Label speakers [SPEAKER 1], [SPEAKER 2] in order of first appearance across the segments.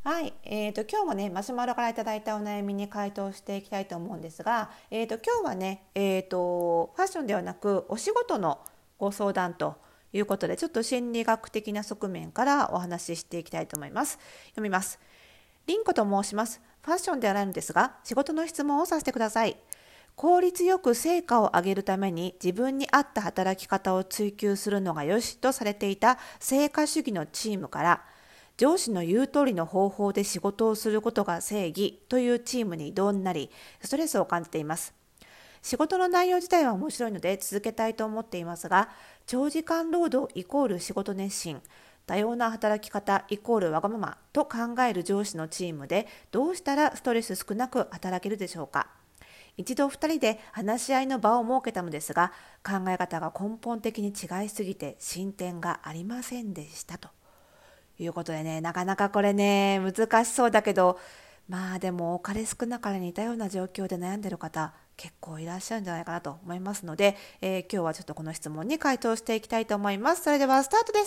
[SPEAKER 1] はい、今日もねマシュマロからいただいたお悩みに回答していきたいと思うんですが、今日はね、ファッションではなくお仕事のご相談ということで、ちょっと心理学的な側面からお話ししていきたいと思います。読みます。リンコと申します。ファッションではないのですが、仕事の質問をさせてください。効率よく成果を上げるために自分に合った働き方を追求するのが良しとされていた成果主義のチームから、上司の言う通りの方法で仕事をすることが正義というチームに異動になり、ストレスを感じています。仕事の内容自体は面白いので続けたいと思っていますが、長時間労働イコール仕事熱心、多様な働き方イコールわがままと考える上司のチームで、どうしたらストレス少なく働けるでしょうか。一度2人で話し合いの場を設けたのですが、考え方が根本的に違いすぎて進展がありませんでしたということでね、なかなかこれね難しそうだけど、まあでも多かれ少なかれ似たような状況で悩んでる方結構いらっしゃるんじゃないかなと思いますので、今日はちょっとこの質問に回答していきたいと思います。それではスタートです。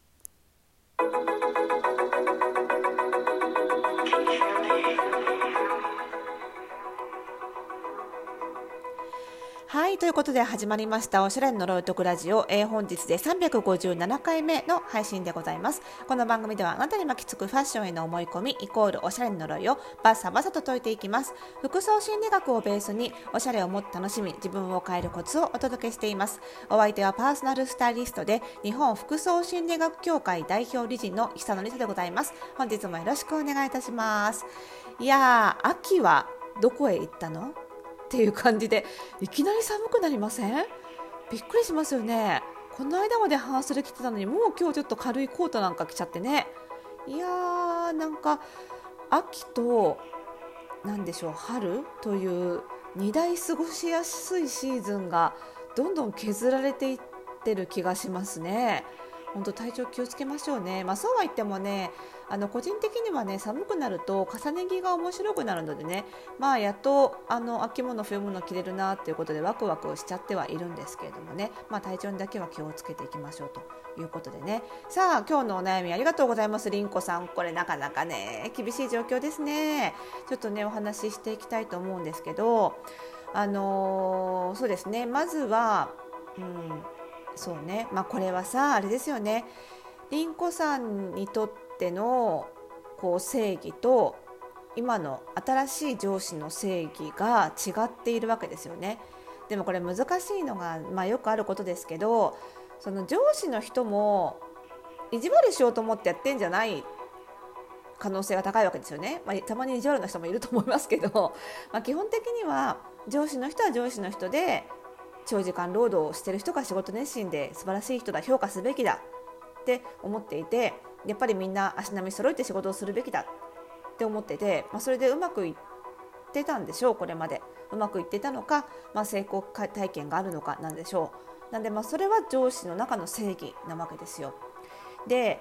[SPEAKER 1] はい、ということで始まりましたおしゃれの呪いとくラジオ、本日で357回目の配信でございます。この番組ではあなたに巻きつくファッションへの思い込みイコールおしゃれの呪いをバッサバサと解いていきます。服装心理学をベースにおしゃれをもっと楽しみ自分を変えるコツをお届けしています。お相手はパーソナルスタイリストで日本服装心理学協会代表理事の久野理沙でございます。本日もよろしくお願いいたします。いやー、秋はどこへ行ったのっていう感じで、いきなり寒くなりません？びっくりしますよね。この間まで半袖着てたのに、もう今日ちょっと軽いコートなんか着ちゃってね。いやー、なんか秋となんでしょう、春という二大過ごしやすいシーズンがどんどん削られていってる気がしますね。本当体調気をつけましょうね。そうは言ってもね、個人的にはね、寒くなると重ね着が面白くなるのでね、やっと秋物冬物着れるなっていうことでワクワクしちゃってはいるんですけれどもね、体調にだけは気をつけていきましょうということでね。さあ、今日のお悩みありがとうございます。りんこさん、これなかなかね厳しい状況ですね。ちょっとねお話ししていきたいと思うんですけど、そうですね、まずは、そうね、これはさあれですよね、りんこさんにとっての正義と今の新しい上司の正義が違っているわけですよね。でもこれ難しいのが、よくあることですけど、その上司の人も意地悪しようと思ってやってんじゃない可能性が高いわけですよね。たまに意地悪な人もいると思いますけど、基本的には上司の人は上司の人で、長時間労働をしている人が仕事熱心で素晴らしい人だ、評価すべきだって思っていて、やっぱりみんな足並み揃えて仕事をするべきだって思ってて、それでうまくいってたんでしょう。これまでうまくいってたのか、成功体験があるのかなんでしょう。なんでそれは上司の中の正義なわけですよ。で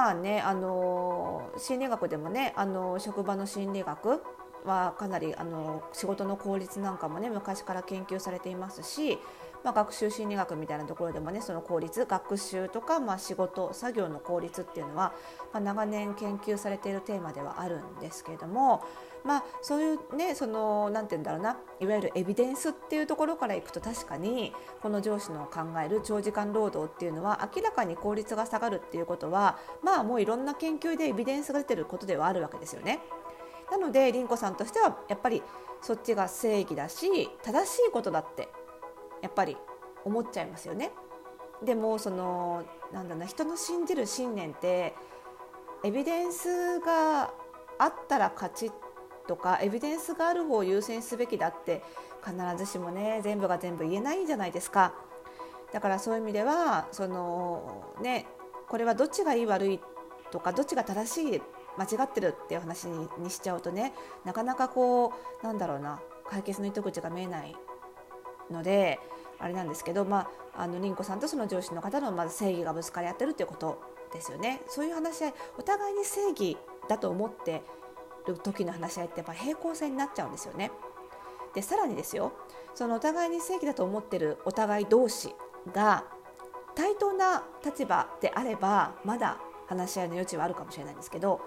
[SPEAKER 1] 心理学でもね、職場の心理学はかなり仕事の効率なんかもね昔から研究されていますし、学習心理学みたいなところでもね、その効率、学習とか、仕事作業の効率っていうのは、長年研究されているテーマではあるんですけれども、そういうね、なんていうんだろうな、いわゆるエビデンスっていうところからいくと、確かにこの上司の考える長時間労働っていうのは明らかに効率が下がるっていうことは、もういろんな研究でエビデンスが出てることではあるわけですよね。なのでりんこさんとしてはやっぱりそっちが正義だし正しいことだってやっぱり思っちゃいますよね。でも人の信じる信念ってエビデンスがあったら勝ちとか、エビデンスがある方を優先すべきだって必ずしもね全部が全部言えないじゃないですか。だからそういう意味ではこれはどっちがいい悪いとか、どっちが正しい間違ってるっていう話にしちゃうとね、なかなか解決の糸口が見えないのであれなんですけど、りんこさんとその上司の方のまず正義がぶつかり合ってるっていうことですよね。そういう話し合い、お互いに正義だと思ってる時の話し合いってやっぱ平行線になっちゃうんですよね。でさらにですよ、そのお互いに正義だと思ってるお互い同士が対等な立場であればまだ話し合いの余地はあるかもしれないんですけど、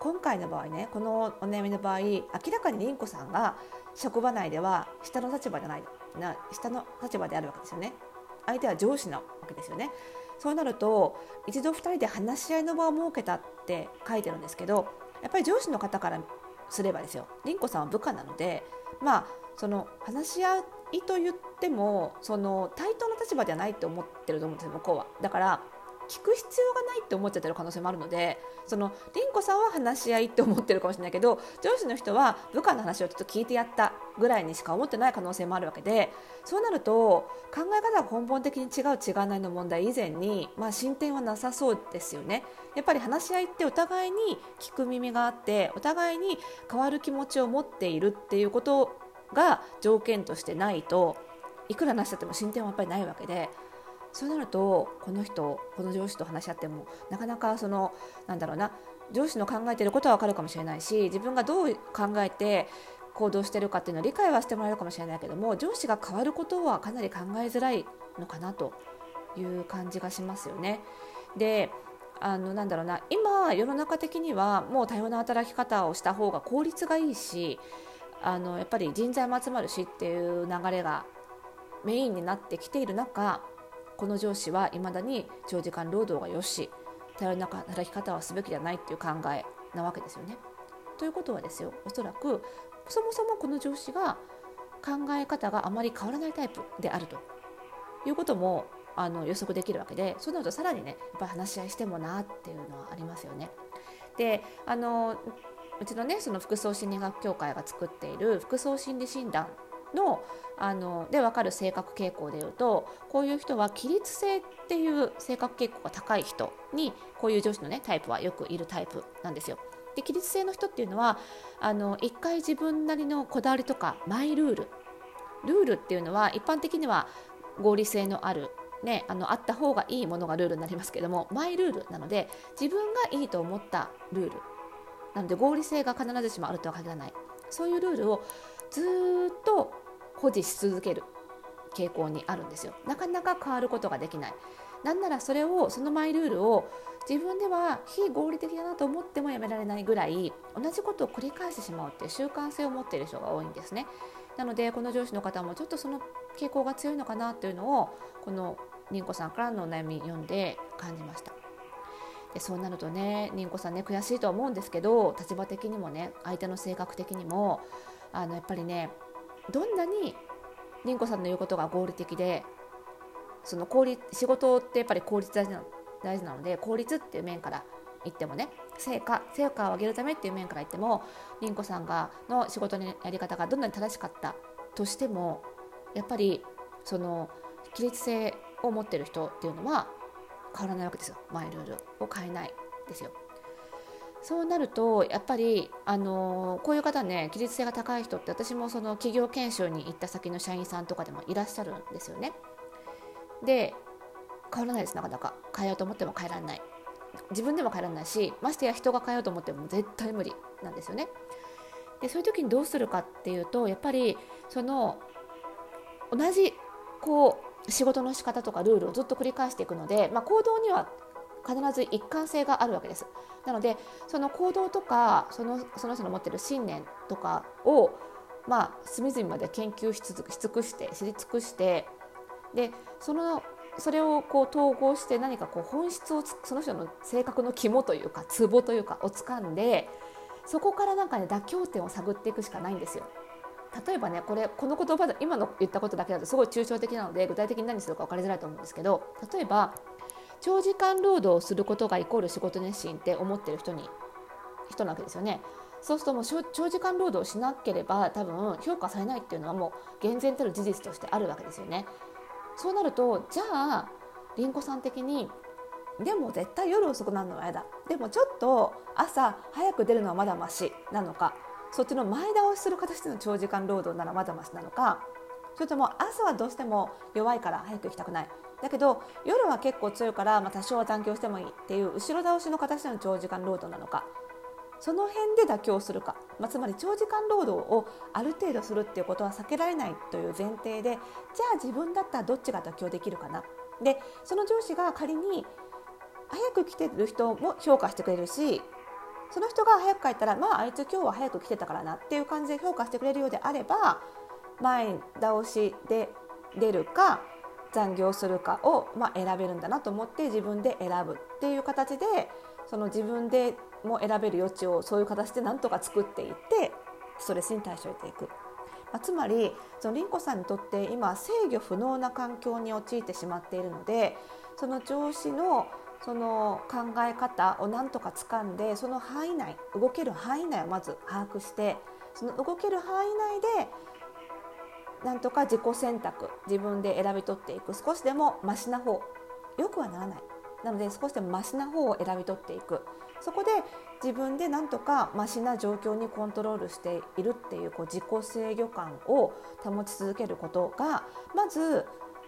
[SPEAKER 1] 今回の場合ね、このお悩みの場合、明らかに凛子さんが職場内では下の立場じゃない下の立場であるわけですよね。相手は上司なわけですよね。そうなると一度2人で話し合いの場を設けたって書いてるんですけど、やっぱり上司の方からすればですよ、凛子さんは部下なので、その話し合いと言ってもその対等な立場ではないと思ってると思うんですよ、向こうは。だから聞く必要がないって思っちゃってる可能性もあるので、その凛子さんは話し合いって思ってるかもしれないけど、上司の人は部下の話をちょっと聞いてやったぐらいにしか思ってない可能性もあるわけで、そうなると考え方が根本的に違う違わないの問題以前に、進展はなさそうですよね。やっぱり話し合いってお互いに聞く耳があって、お互いに変わる気持ちを持っているっていうことが条件としてないと、いくら話し合っても進展はやっぱりないわけで、そうなるとこの上司と話し合ってもなかなか上司の考えていることは分かるかもしれないし、自分がどう考えて行動しているかっていうのを理解はしてもらえるかもしれないけども、上司が変わることはかなり考えづらいのかなという感じがしますよね。で、今世の中的にはもう多様な働き方をした方が効率がいいし、やっぱり人材も集まるしっていう流れがメインになってきている中、この上司は未だに長時間労働がよし、多様な働き方はすべきではないっていう考えなわけですよね。ということはですよ、おそらくそもそもこの上司が考え方があまり変わらないタイプであるということも予測できるわけで、そうなるとさらにね、やっぱり話し合いしてもなっていうのはありますよね。で、うちのね、その服装心理学協会が作っている服装心理診断で分かる性格傾向でいうと、こういう人は規律性っていう性格傾向が高い人に、こういう上司のねタイプはよくいるタイプなんですよ。で、規律性の人っていうのは一回自分なりのこだわりとかマイルールっていうのは一般的には合理性のあるあった方がいいものがルールになりますけども、マイルールなので自分がいいと思ったルールなので、合理性が必ずしもあるとは限らない、そういうルールをずっと保持し続ける傾向にあるんですよ。なかなか変わることができない。なんならそのマイルールを自分では非合理的だなと思ってもやめられないぐらい、同じことを繰り返してしまうっていう習慣性を持っている人が多いんですね。なのでこの上司の方もちょっとその傾向が強いのかなというのを、この凛子さんからのお悩み読んで感じました。で、そうなるとね、凛子さんね、悔しいとは思うんですけど、立場的にもね、相手の性格的にもやっぱりね、どんなに凛子さんの言うことが合理的で、その仕事ってやっぱり効率大事なので、効率っていう面から言ってもね、成果を上げるためっていう面から言っても、凛子さんの仕事のやり方がどんなに正しかったとしても、やっぱりその規律性を持っている人っていうのは変わらないわけですよ。マイルールを変えないですよ。そうなるとやっぱり、こういう方ね、規律性が高い人って、私もその企業研修に行った先の社員さんとかでもいらっしゃるんですよね。で、変わらないです。なかなか変えようと思っても変えられない、自分でも変えられないし、ましてや人が変えようと思っても絶対無理なんですよね。で、そういう時にどうするかっていうと、やっぱりその同じ仕事の仕方とかルールをずっと繰り返していくので、行動には必ず一貫性があるわけです。なのでその行動とかその人の持っている信念とかを隅々まで研究し尽くして知り尽くして、でそれを統合して、何か本質をその人の性格の肝というかツボというかを掴んで、そこから妥協点を探っていくしかないんですよ。例えばね、この言葉で今の言ったことだけだとすごい抽象的なので、具体的に何するか分かりづらいと思うんですけど、例えば長時間労働をすることがイコール仕事熱心って思ってる人なわけですよね。そうするともう長時間労働をしなければ多分評価されないっていうのはもう厳然たる事実としてあるわけですよね。そうなると、じゃあ凛子さん的に、でも絶対夜遅くなるのは嫌だ、でもちょっと朝早く出るのはまだマシなのか、そっちの前倒しする形での長時間労働ならまだマシなのか、それとも朝はどうしても弱いから早く行きたくない、だけど夜は結構強いから、多少は残業してもいいっていう後ろ倒しの形での長時間労働なのか、その辺で妥協するか、つまり長時間労働をある程度するっていうことは避けられないという前提で、じゃあ自分だったらどっちが妥協できるかな。で、その上司が仮に早く来てる人も評価してくれるし、 その人が早く帰ったら、あいつ今日は早く来てたからなっていう感じで評価してくれるようであれば、前倒しで出るか残業するかを選べるんだなと思って自分で選ぶっていう形で、その自分でも選べる余地をそういう形でなんとか作っていってストレスに対処していく。つまりその凛子さんにとって今制御不能な環境に陥ってしまっているので、その上司のその考え方をなんとか掴んで、その範囲内、動ける範囲内をまず把握して、その動ける範囲内でなんとか自己選択、自分で選び取っていく、少しでもマシな方、よくはならない、なので少しでもマシな方を選び取っていく。そこで自分でなんとかマシな状況にコントロールしているっていう、自己制御感を保ち続けることが、まず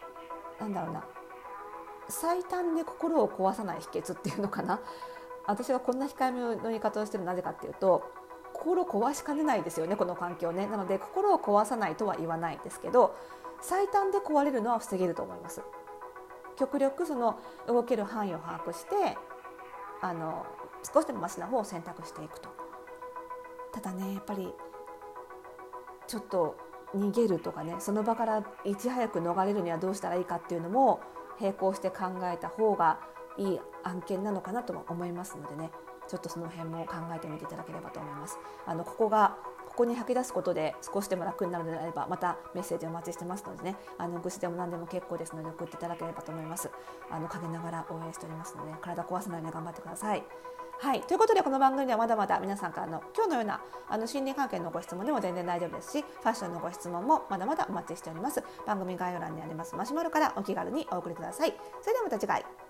[SPEAKER 1] 最短で心を壊さない秘訣っていうのかな。私はこんな控えめの言い方をしてるのはなぜかっていうと、心を壊しかねないですよね、この環境ね。なので心を壊さないとは言わないですけど、最短で壊れるのは防げると思います。極力その動ける範囲を把握して少しでもマシな方を選択していくと。ただね、やっぱりちょっと逃げるとかね、その場からいち早く逃れるにはどうしたらいいかっていうのも並行して考えた方がいい案件なのかなとも思いますのでね、ちょっとその辺も考えてみていただければと思います。ここに吐き出すことで少しでも楽になるのであれば、またメッセージお待ちしてますのでね、愚痴でも何でも結構ですので送っていただければと思います。陰ながら応援しておりますので、体壊さないように頑張ってください。はい、ということでこの番組ではまだまだ皆さんからの今日のような心理関係のご質問でも全然大丈夫ですし、ファッションのご質問もまだまだお待ちしております。番組概要欄にありますマシュマロからお気軽にお送りください。それではまた次回。